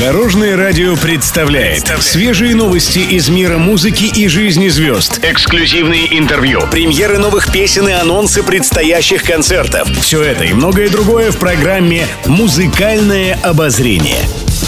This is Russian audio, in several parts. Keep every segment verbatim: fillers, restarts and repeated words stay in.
Дорожное радио представляет свежие новости из мира музыки и жизни звезд. Эксклюзивные интервью, премьеры новых песен и анонсы предстоящих концертов. Все это и многое другое в программе «Музыкальное обозрение».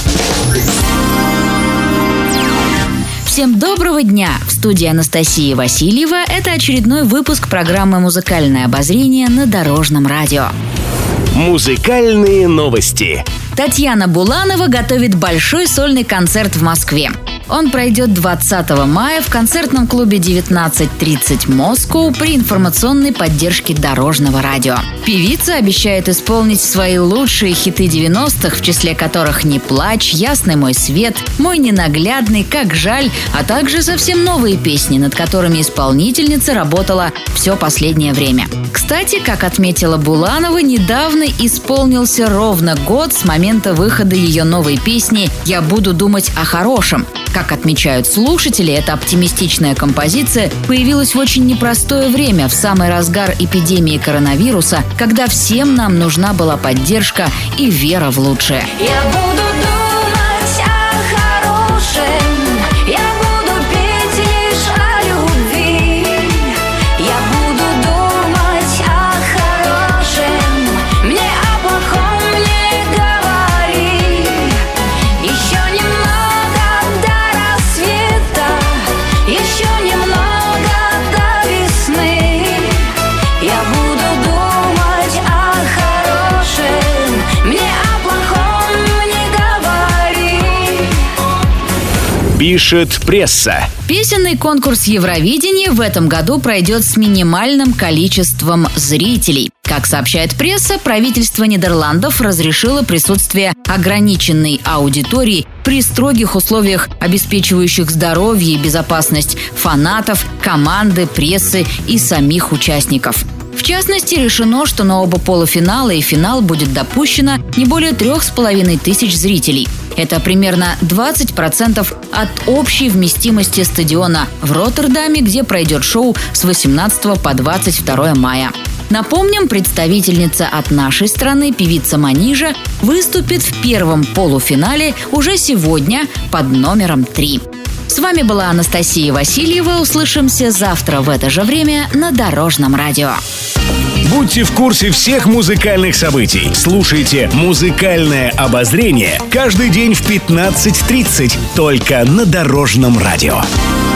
Всем доброго дня! В студии Анастасия Васильева. Это очередной выпуск программы «Музыкальное обозрение» на Дорожном радио. Музыкальные новости. Татьяна Буланова готовит большой сольный концерт в Москве. Он пройдет двадцатого мая в концертном клубе девятнадцать тридцать Москва при информационной поддержке Дорожного радио. Певица обещает исполнить свои лучшие хиты девяностых, в числе которых «Не плачь», «Ясный мой свет», «Мой ненаглядный», «Как жаль», а также совсем новые песни, над которыми исполнительница работала все последнее время. Кстати, как отметила Буланова, недавно исполнился ровно год с момента выхода ее новой песни «Я буду думать о хорошем». Как отмечают слушатели, эта оптимистичная композиция появилась в очень непростое время, в самый разгар эпидемии коронавируса, когда всем нам нужна была поддержка и вера в лучшее. Я буду думать о хорошем, я буду петь лишь о любви, я буду думать о хорошем, мне о плохом не говори. Еще немного до рассвета, еще немного до весны, я буду думать о хорошем, мне о плохом не говори. Пишет пресса. Песенный конкурс Евровидения в этом году пройдет с минимальным количеством зрителей. Как сообщает пресса, правительство Нидерландов разрешило присутствие ограниченной аудитории при строгих условиях, обеспечивающих здоровье и безопасность фанатов, команды, прессы и самих участников. В частности, решено, что на оба полуфинала и финал будет допущено не более трех с половиной тысяч зрителей. Это примерно двадцать процентов от общей вместимости стадиона в Роттердаме, где пройдет шоу с восемнадцатого по двадцать второе мая. Напомним, представительница от нашей страны, певица Манижа, выступит в первом полуфинале уже сегодня под номером три. С вами была Анастасия Васильева. Услышимся завтра в это же время на Дорожном радио. Будьте в курсе всех музыкальных событий. Слушайте «Музыкальное обозрение» каждый день в пятнадцать тридцать только на Дорожном радио.